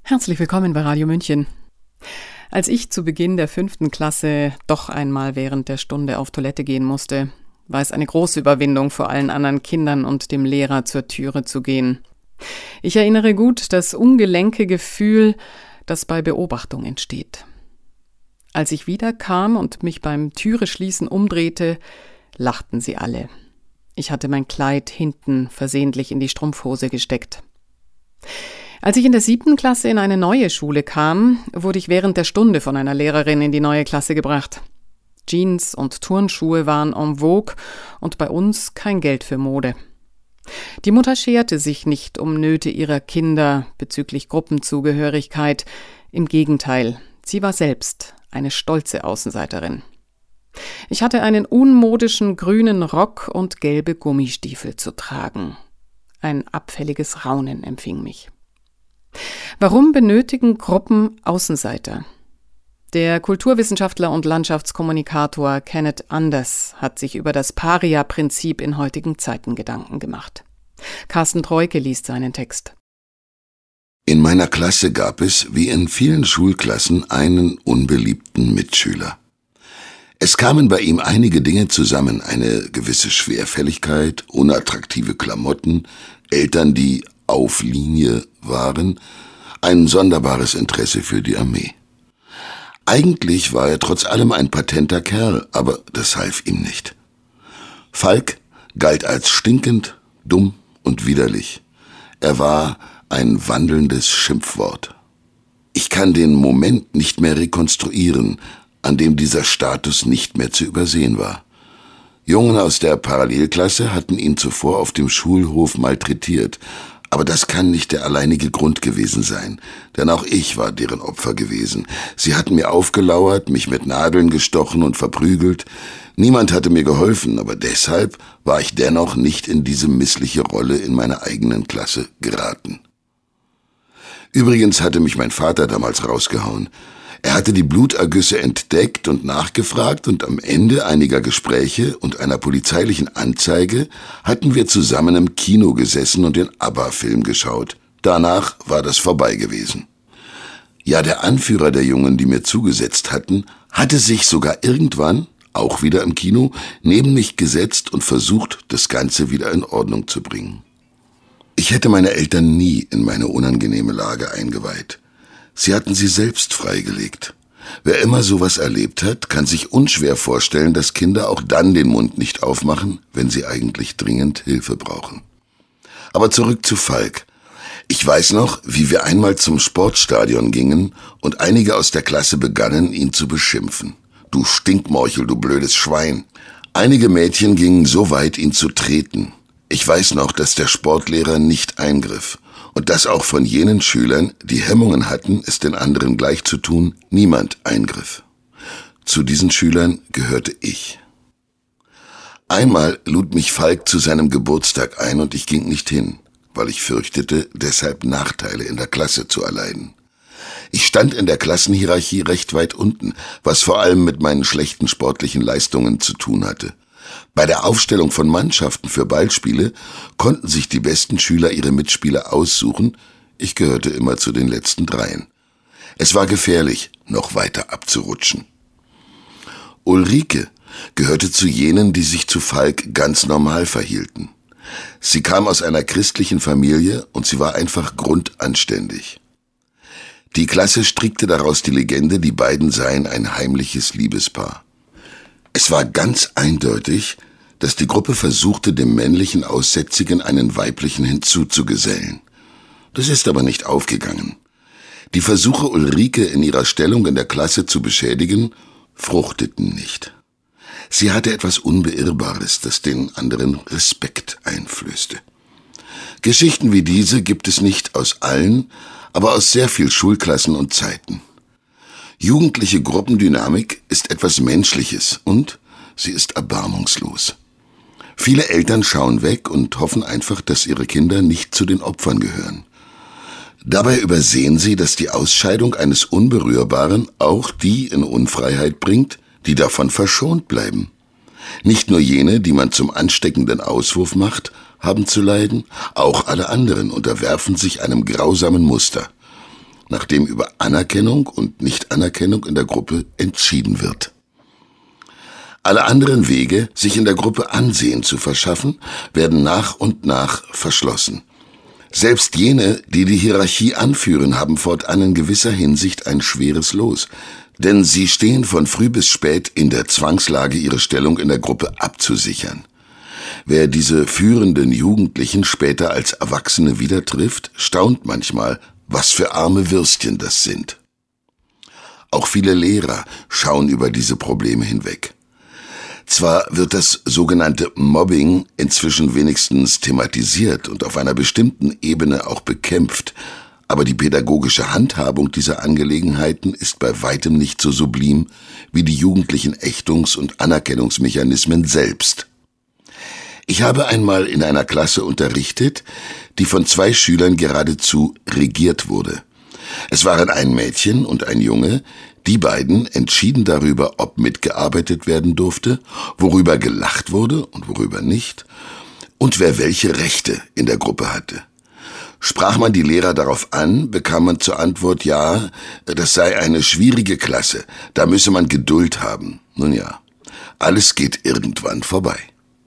Herzlich willkommen bei Radio München. Als ich zu Beginn der 5. Klasse doch einmal während der Stunde auf Toilette gehen musste, war es eine große Überwindung, vor allen anderen Kindern und dem Lehrer zur Türe zu gehen. Ich erinnere gut das ungelenke Gefühl, das bei Beobachtung entsteht. Als ich wiederkam und mich beim Türe-Schließen umdrehte, lachten sie alle. Ich hatte mein Kleid hinten versehentlich in die Strumpfhose gesteckt. Als ich in der 7. Klasse in eine neue Schule kam, wurde ich während der Stunde von einer Lehrerin in die neue Klasse gebracht. Jeans und Turnschuhe waren en vogue und bei uns kein Geld für Mode. Die Mutter scherte sich nicht um Nöte ihrer Kinder bezüglich Gruppenzugehörigkeit. Im Gegenteil, sie war selbst eine stolze Außenseiterin. Ich hatte einen unmodischen grünen Rock und gelbe Gummistiefel zu tragen. Ein abfälliges Raunen empfing mich. Warum benötigen Gruppen Außenseiter? Der Kulturwissenschaftler und Landschaftskommunikator Kenneth Anders hat sich über das Paria-Prinzip in heutigen Zeiten Gedanken gemacht. Carsten Treuke liest seinen Text. In meiner Klasse gab es, wie in vielen Schulklassen, einen unbeliebten Mitschüler. Es kamen bei ihm einige Dinge zusammen, eine gewisse Schwerfälligkeit, unattraktive Klamotten, Eltern, die auf Linie waren, ein sonderbares Interesse für die Armee. Eigentlich war er trotz allem ein patenter Kerl, aber das half ihm nicht. Falk galt als stinkend, dumm und widerlich. Er war ein wandelndes Schimpfwort. Ich kann den Moment nicht mehr rekonstruieren, an dem dieser Status nicht mehr zu übersehen war. Jungen aus der Parallelklasse hatten ihn zuvor auf dem Schulhof malträtiert, aber das kann nicht der alleinige Grund gewesen sein, denn auch ich war deren Opfer gewesen. Sie hatten mir aufgelauert, mich mit Nadeln gestochen und verprügelt. Niemand hatte mir geholfen, aber deshalb war ich dennoch nicht in diese missliche Rolle in meiner eigenen Klasse geraten. Übrigens hatte mich mein Vater damals rausgehauen. Er hatte die Blutergüsse entdeckt und nachgefragt und am Ende einiger Gespräche und einer polizeilichen Anzeige hatten wir zusammen im Kino gesessen und den ABBA-Film geschaut. Danach war das vorbei gewesen. Ja, der Anführer der Jungen, die mir zugesetzt hatten, hatte sich sogar irgendwann, auch wieder im Kino, neben mich gesetzt und versucht, das Ganze wieder in Ordnung zu bringen. Ich hätte meine Eltern nie in meine unangenehme Lage eingeweiht. Sie hatten sie selbst freigelegt. Wer immer sowas erlebt hat, kann sich unschwer vorstellen, dass Kinder auch dann den Mund nicht aufmachen, wenn sie eigentlich dringend Hilfe brauchen. Aber zurück zu Falk. Ich weiß noch, wie wir einmal zum Sportstadion gingen und einige aus der Klasse begannen, ihn zu beschimpfen. Du Stinkmorchel, du blödes Schwein. Einige Mädchen gingen so weit, ihn zu treten. Ich weiß noch, dass der Sportlehrer nicht eingriff. Und dass auch von jenen Schülern, die Hemmungen hatten, es den anderen gleich zu tun, niemand eingriff. Zu diesen Schülern gehörte ich. Einmal lud mich Falk zu seinem Geburtstag ein und ich ging nicht hin, weil ich fürchtete, deshalb Nachteile in der Klasse zu erleiden. Ich stand in der Klassenhierarchie recht weit unten, was vor allem mit meinen schlechten sportlichen Leistungen zu tun hatte. Bei der Aufstellung von Mannschaften für Ballspiele konnten sich die besten Schüler ihre Mitspieler aussuchen. Ich gehörte immer zu den letzten 3. Es war gefährlich, noch weiter abzurutschen. Ulrike gehörte zu jenen, die sich zu Falk ganz normal verhielten. Sie kam aus einer christlichen Familie und sie war einfach grundanständig. Die Klasse strickte daraus die Legende, die beiden seien ein heimliches Liebespaar. Es war ganz eindeutig, dass die Gruppe versuchte, dem männlichen Aussätzigen einen weiblichen hinzuzugesellen. Das ist aber nicht aufgegangen. Die Versuche, Ulrike in ihrer Stellung in der Klasse zu beschädigen, fruchteten nicht. Sie hatte etwas Unbeirrbares, das den anderen Respekt einflößte. Geschichten wie diese gibt es nicht aus allen, aber aus sehr viel Schulklassen und Zeiten. Jugendliche Gruppendynamik ist etwas Menschliches und sie ist erbarmungslos. Viele Eltern schauen weg und hoffen einfach, dass ihre Kinder nicht zu den Opfern gehören. Dabei übersehen sie, dass die Ausscheidung eines Unberührbaren auch die in Unfreiheit bringt, die davon verschont bleiben. Nicht nur jene, die man zum ansteckenden Auswurf macht, haben zu leiden, auch alle anderen unterwerfen sich einem grausamen Muster. nachdem über Anerkennung und Nichtanerkennung in der Gruppe entschieden wird. Alle anderen Wege, sich in der Gruppe Ansehen zu verschaffen, werden nach und nach verschlossen. Selbst jene, die die Hierarchie anführen, haben fortan in gewisser Hinsicht ein schweres Los, denn sie stehen von früh bis spät in der Zwangslage, ihre Stellung in der Gruppe abzusichern. Wer diese führenden Jugendlichen später als Erwachsene wieder trifft, staunt manchmal, was für arme Würstchen das sind. Auch viele Lehrer schauen über diese Probleme hinweg. Zwar wird das sogenannte Mobbing inzwischen wenigstens thematisiert und auf einer bestimmten Ebene auch bekämpft, aber die pädagogische Handhabung dieser Angelegenheiten ist bei weitem nicht so sublim wie die jugendlichen Ächtungs- und Anerkennungsmechanismen selbst. Ich habe einmal in einer Klasse unterrichtet, die von 2 Schülern geradezu regiert wurde. Es waren ein Mädchen und ein Junge. Die beiden entschieden darüber, ob mitgearbeitet werden durfte, worüber gelacht wurde und worüber nicht, und wer welche Rechte in der Gruppe hatte. Sprach man die Lehrer darauf an, bekam man zur Antwort, ja, das sei eine schwierige Klasse, da müsse man Geduld haben. Nun ja, alles geht irgendwann vorbei.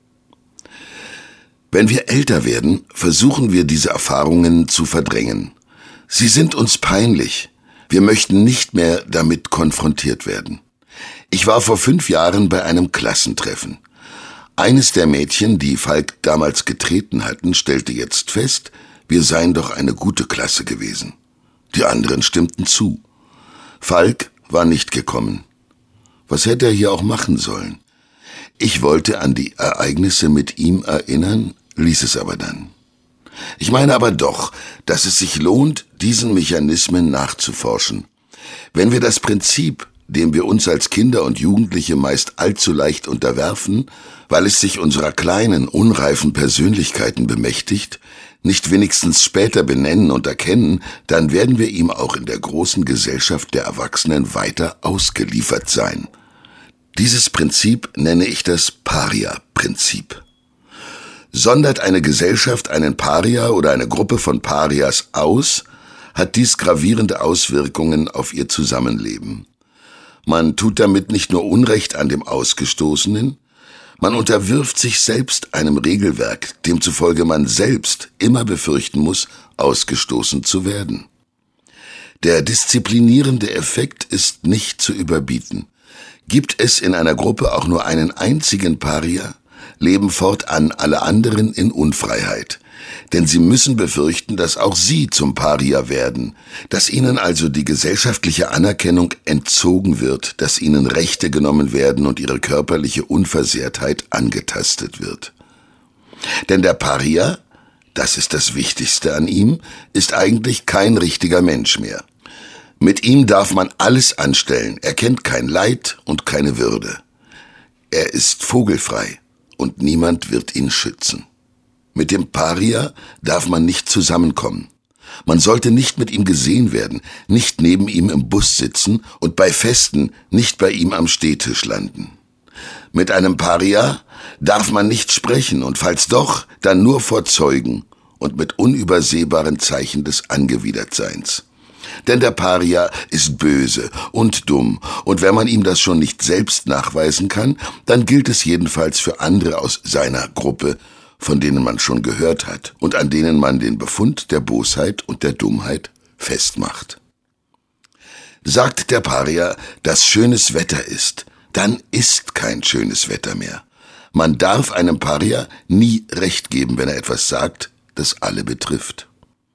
Wenn wir älter werden, versuchen wir diese Erfahrungen zu verdrängen. Sie sind uns peinlich. Wir möchten nicht mehr damit konfrontiert werden. Ich war vor 5 Jahren bei einem Klassentreffen. Eines der Mädchen, die Falk damals getreten hatten, stellte jetzt fest, wir seien doch eine gute Klasse gewesen. Die anderen stimmten zu. Falk war nicht gekommen. Was hätte er hier auch machen sollen? Ich wollte an die Ereignisse mit ihm erinnern, ließ es aber dann. Ich meine aber doch, dass es sich lohnt, diesen Mechanismen nachzuforschen. Wenn wir das Prinzip, dem wir uns als Kinder und Jugendliche meist allzu leicht unterwerfen, weil es sich unserer kleinen, unreifen Persönlichkeiten bemächtigt, nicht wenigstens später benennen und erkennen, dann werden wir ihm auch in der großen Gesellschaft der Erwachsenen weiter ausgeliefert sein. Dieses Prinzip nenne ich das Paria-Prinzip. Sondert eine Gesellschaft einen Paria oder eine Gruppe von Parias aus, hat dies gravierende Auswirkungen auf ihr Zusammenleben. Man tut damit nicht nur Unrecht an dem Ausgestoßenen, man unterwirft sich selbst einem Regelwerk, demzufolge man selbst immer befürchten muss, ausgestoßen zu werden. Der disziplinierende Effekt ist nicht zu überbieten. Gibt es in einer Gruppe auch nur einen einzigen Paria, leben fortan alle anderen in Unfreiheit. Denn sie müssen befürchten, dass auch sie zum Paria werden, dass ihnen also die gesellschaftliche Anerkennung entzogen wird, dass ihnen Rechte genommen werden und ihre körperliche Unversehrtheit angetastet wird. Denn der Paria, das ist das Wichtigste an ihm, ist eigentlich kein richtiger Mensch mehr. Mit ihm darf man alles anstellen, er kennt kein Leid und keine Würde. Er ist vogelfrei. Und niemand wird ihn schützen. Mit dem Paria darf man nicht zusammenkommen. Man sollte nicht mit ihm gesehen werden, nicht neben ihm im Bus sitzen und bei Festen nicht bei ihm am Stehtisch landen. Mit einem Paria darf man nicht sprechen und falls doch, dann nur vor Zeugen und mit unübersehbaren Zeichen des Angewidertseins. Denn der Paria ist böse und dumm, und wenn man ihm das schon nicht selbst nachweisen kann, dann gilt es jedenfalls für andere aus seiner Gruppe, von denen man schon gehört hat und an denen man den Befund der Bosheit und der Dummheit festmacht. Sagt der Paria, dass schönes Wetter ist, dann ist kein schönes Wetter mehr. Man darf einem Paria nie Recht geben, wenn er etwas sagt, das alle betrifft.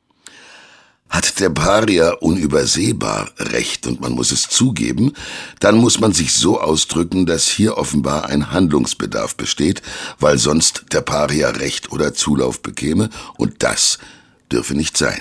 Hat der Paria unübersehbar Recht und man muss es zugeben, dann muss man sich so ausdrücken, dass hier offenbar ein Handlungsbedarf besteht, weil sonst der Paria Recht oder Zulauf bekäme und das dürfe nicht sein.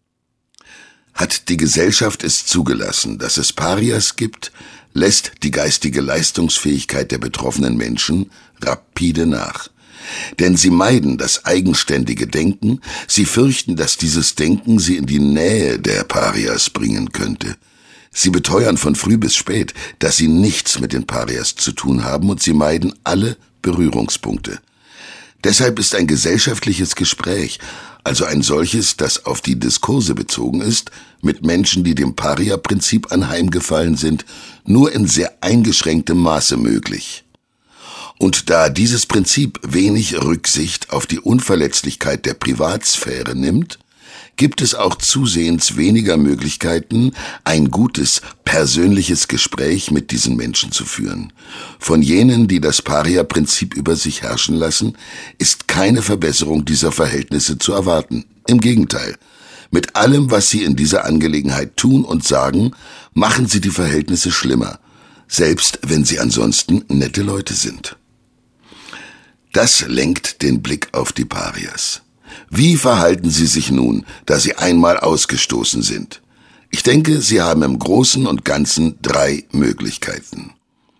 Hat die Gesellschaft es zugelassen, dass es Parias gibt, lässt die geistige Leistungsfähigkeit der betroffenen Menschen rapide nach. Denn sie meiden das eigenständige Denken, sie fürchten, dass dieses Denken sie in die Nähe der Parias bringen könnte. Sie beteuern von früh bis spät, dass sie nichts mit den Parias zu tun haben und sie meiden alle Berührungspunkte. Deshalb ist ein gesellschaftliches Gespräch, also ein solches, das auf die Diskurse bezogen ist, mit Menschen, die dem Paria-Prinzip anheimgefallen sind, nur in sehr eingeschränktem Maße möglich. Und da dieses Prinzip wenig Rücksicht auf die Unverletzlichkeit der Privatsphäre nimmt, gibt es auch zusehends weniger Möglichkeiten, ein gutes, persönliches Gespräch mit diesen Menschen zu führen. Von jenen, die das Paria-Prinzip über sich herrschen lassen, ist keine Verbesserung dieser Verhältnisse zu erwarten. Im Gegenteil. Mit allem, was sie in dieser Angelegenheit tun und sagen, machen sie die Verhältnisse schlimmer, selbst wenn sie ansonsten nette Leute sind. Das lenkt den Blick auf die Parias. Wie verhalten sie sich nun, da sie einmal ausgestoßen sind? Ich denke, sie haben im Großen und Ganzen 3 Möglichkeiten.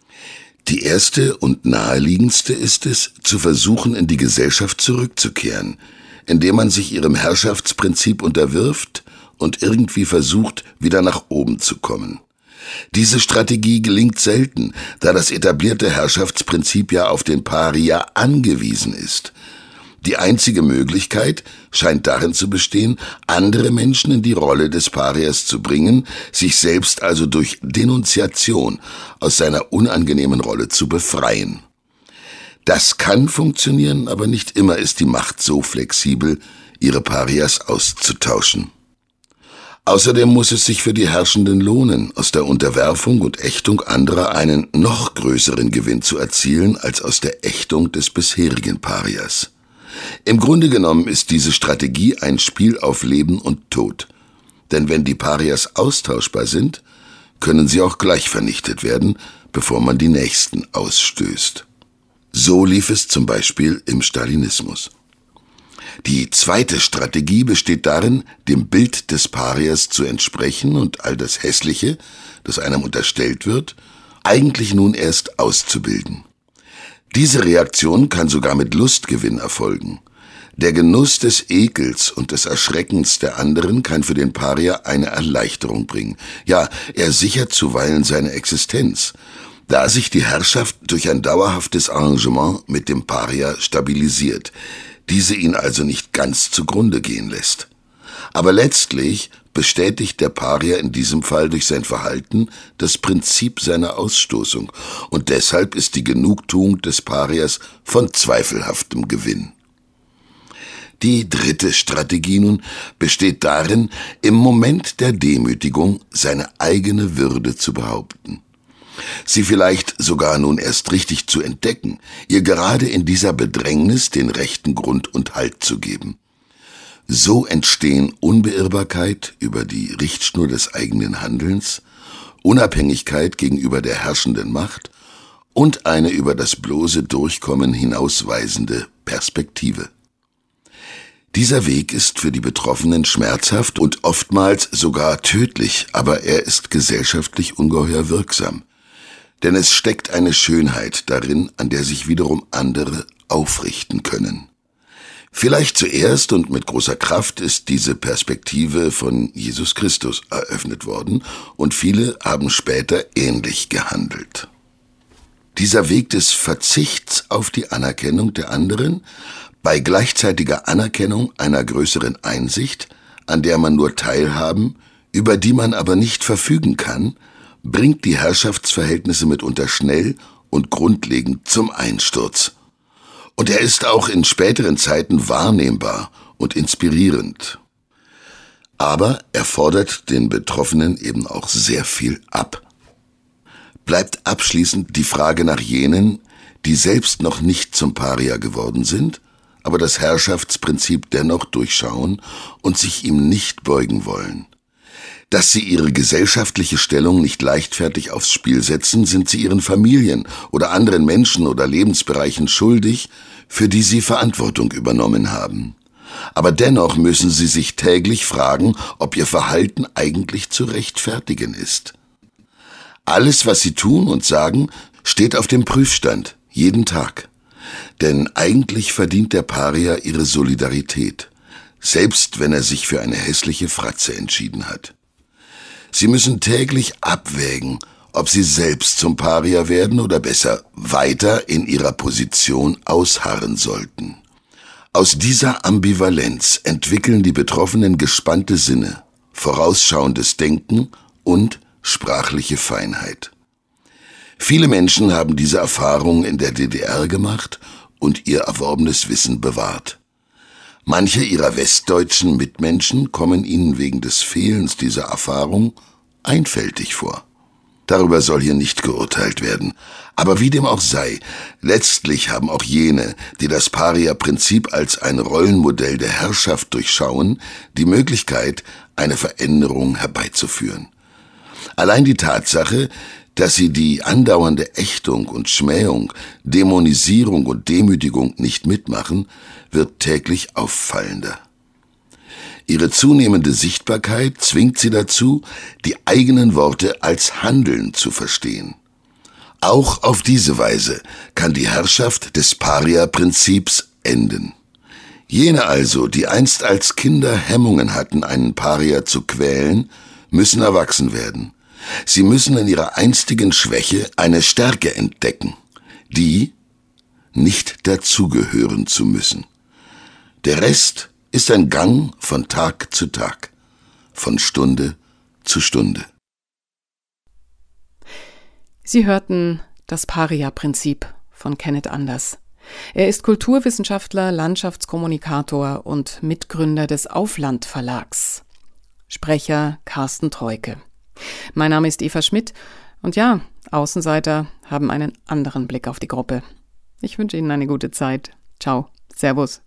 Die erste und naheliegendste ist es, zu versuchen, in die Gesellschaft zurückzukehren, indem man sich ihrem Herrschaftsprinzip unterwirft und irgendwie versucht, wieder nach oben zu kommen. Diese Strategie gelingt selten, da das etablierte Herrschaftsprinzip ja auf den Paria angewiesen ist. Die einzige Möglichkeit scheint darin zu bestehen, andere Menschen in die Rolle des Parias zu bringen, sich selbst also durch Denunziation aus seiner unangenehmen Rolle zu befreien. Das kann funktionieren, aber nicht immer ist die Macht so flexibel, ihre Parias auszutauschen. Außerdem muss es sich für die Herrschenden lohnen, aus der Unterwerfung und Ächtung anderer einen noch größeren Gewinn zu erzielen als aus der Ächtung des bisherigen Parias. Im Grunde genommen ist diese Strategie ein Spiel auf Leben und Tod. Denn wenn die Parias austauschbar sind, können sie auch gleich vernichtet werden, bevor man die Nächsten ausstößt. So lief es zum Beispiel im Stalinismus. Die zweite Strategie besteht darin, dem Bild des Parias zu entsprechen und all das Hässliche, das einem unterstellt wird, eigentlich nun erst auszubilden. Diese Reaktion kann sogar mit Lustgewinn erfolgen. Der Genuss des Ekels und des Erschreckens der anderen kann für den Paria eine Erleichterung bringen. Ja, er sichert zuweilen seine Existenz, da sich die Herrschaft durch ein dauerhaftes Arrangement mit dem Paria stabilisiert, diese ihn also nicht ganz zugrunde gehen lässt. Aber letztlich bestätigt der Paria in diesem Fall durch sein Verhalten das Prinzip seiner Ausstoßung, und deshalb ist die Genugtuung des Parias von zweifelhaftem Gewinn. Die dritte Strategie nun besteht darin, im Moment der Demütigung seine eigene Würde zu behaupten. Sie vielleicht sogar nun erst richtig zu entdecken, ihr gerade in dieser Bedrängnis den rechten Grund und Halt zu geben. So entstehen Unbeirrbarkeit über die Richtschnur des eigenen Handelns, Unabhängigkeit gegenüber der herrschenden Macht und eine über das bloße Durchkommen hinausweisende Perspektive. Dieser Weg ist für die Betroffenen schmerzhaft und oftmals sogar tödlich, aber er ist gesellschaftlich ungeheuer wirksam. Denn es steckt eine Schönheit darin, an der sich wiederum andere aufrichten können. Vielleicht zuerst und mit großer Kraft ist diese Perspektive von Jesus Christus eröffnet worden und viele haben später ähnlich gehandelt. Dieser Weg des Verzichts auf die Anerkennung der anderen, bei gleichzeitiger Anerkennung einer größeren Einsicht, an der man nur teilhaben, über die man aber nicht verfügen kann, bringt die Herrschaftsverhältnisse mitunter schnell und grundlegend zum Einsturz. Und er ist auch in späteren Zeiten wahrnehmbar und inspirierend. Aber er fordert den Betroffenen eben auch sehr viel ab. Bleibt abschließend die Frage nach jenen, die selbst noch nicht zum Paria geworden sind, aber das Herrschaftsprinzip dennoch durchschauen und sich ihm nicht beugen wollen. Dass sie ihre gesellschaftliche Stellung nicht leichtfertig aufs Spiel setzen, sind sie ihren Familien oder anderen Menschen oder Lebensbereichen schuldig, für die sie Verantwortung übernommen haben. Aber dennoch müssen sie sich täglich fragen, ob ihr Verhalten eigentlich zu rechtfertigen ist. Alles, was sie tun und sagen, steht auf dem Prüfstand, jeden Tag. Denn eigentlich verdient der Paria ihre Solidarität, selbst wenn er sich für eine hässliche Fratze entschieden hat. Sie müssen täglich abwägen, ob sie selbst zum Paria werden oder besser weiter in ihrer Position ausharren sollten. Aus dieser Ambivalenz entwickeln die Betroffenen gespannte Sinne, vorausschauendes Denken und sprachliche Feinheit. Viele Menschen haben diese Erfahrung in der DDR gemacht und ihr erworbenes Wissen bewahrt. Manche ihrer westdeutschen Mitmenschen kommen ihnen wegen des Fehlens dieser Erfahrung einfältig vor. Darüber soll hier nicht geurteilt werden. Aber wie dem auch sei, letztlich haben auch jene, die das Paria-Prinzip als ein Rollenmodell der Herrschaft durchschauen, die Möglichkeit, eine Veränderung herbeizuführen. Allein die Tatsache, dass sie die andauernde Ächtung und Schmähung, Dämonisierung und Demütigung nicht mitmachen, wird täglich auffallender. Ihre zunehmende Sichtbarkeit zwingt sie dazu, die eigenen Worte als Handeln zu verstehen. Auch auf diese Weise kann die Herrschaft des Paria-Prinzips enden. Jene also, die einst als Kinder Hemmungen hatten, einen Paria zu quälen, müssen erwachsen werden. Sie müssen in ihrer einstigen Schwäche eine Stärke entdecken, die, nicht dazugehören zu müssen. Der Rest ist ein Gang von Tag zu Tag, von Stunde zu Stunde. Sie hörten Das Paria-Prinzip von Kenneth Anders. Er ist Kulturwissenschaftler, Landschaftskommunikator und Mitgründer des Aufland Verlags. Sprecher Carsten Treuke. Mein Name ist Eva Schmidt und ja, Außenseiter haben einen anderen Blick auf die Gruppe. Ich wünsche Ihnen eine gute Zeit. Ciao, Servus.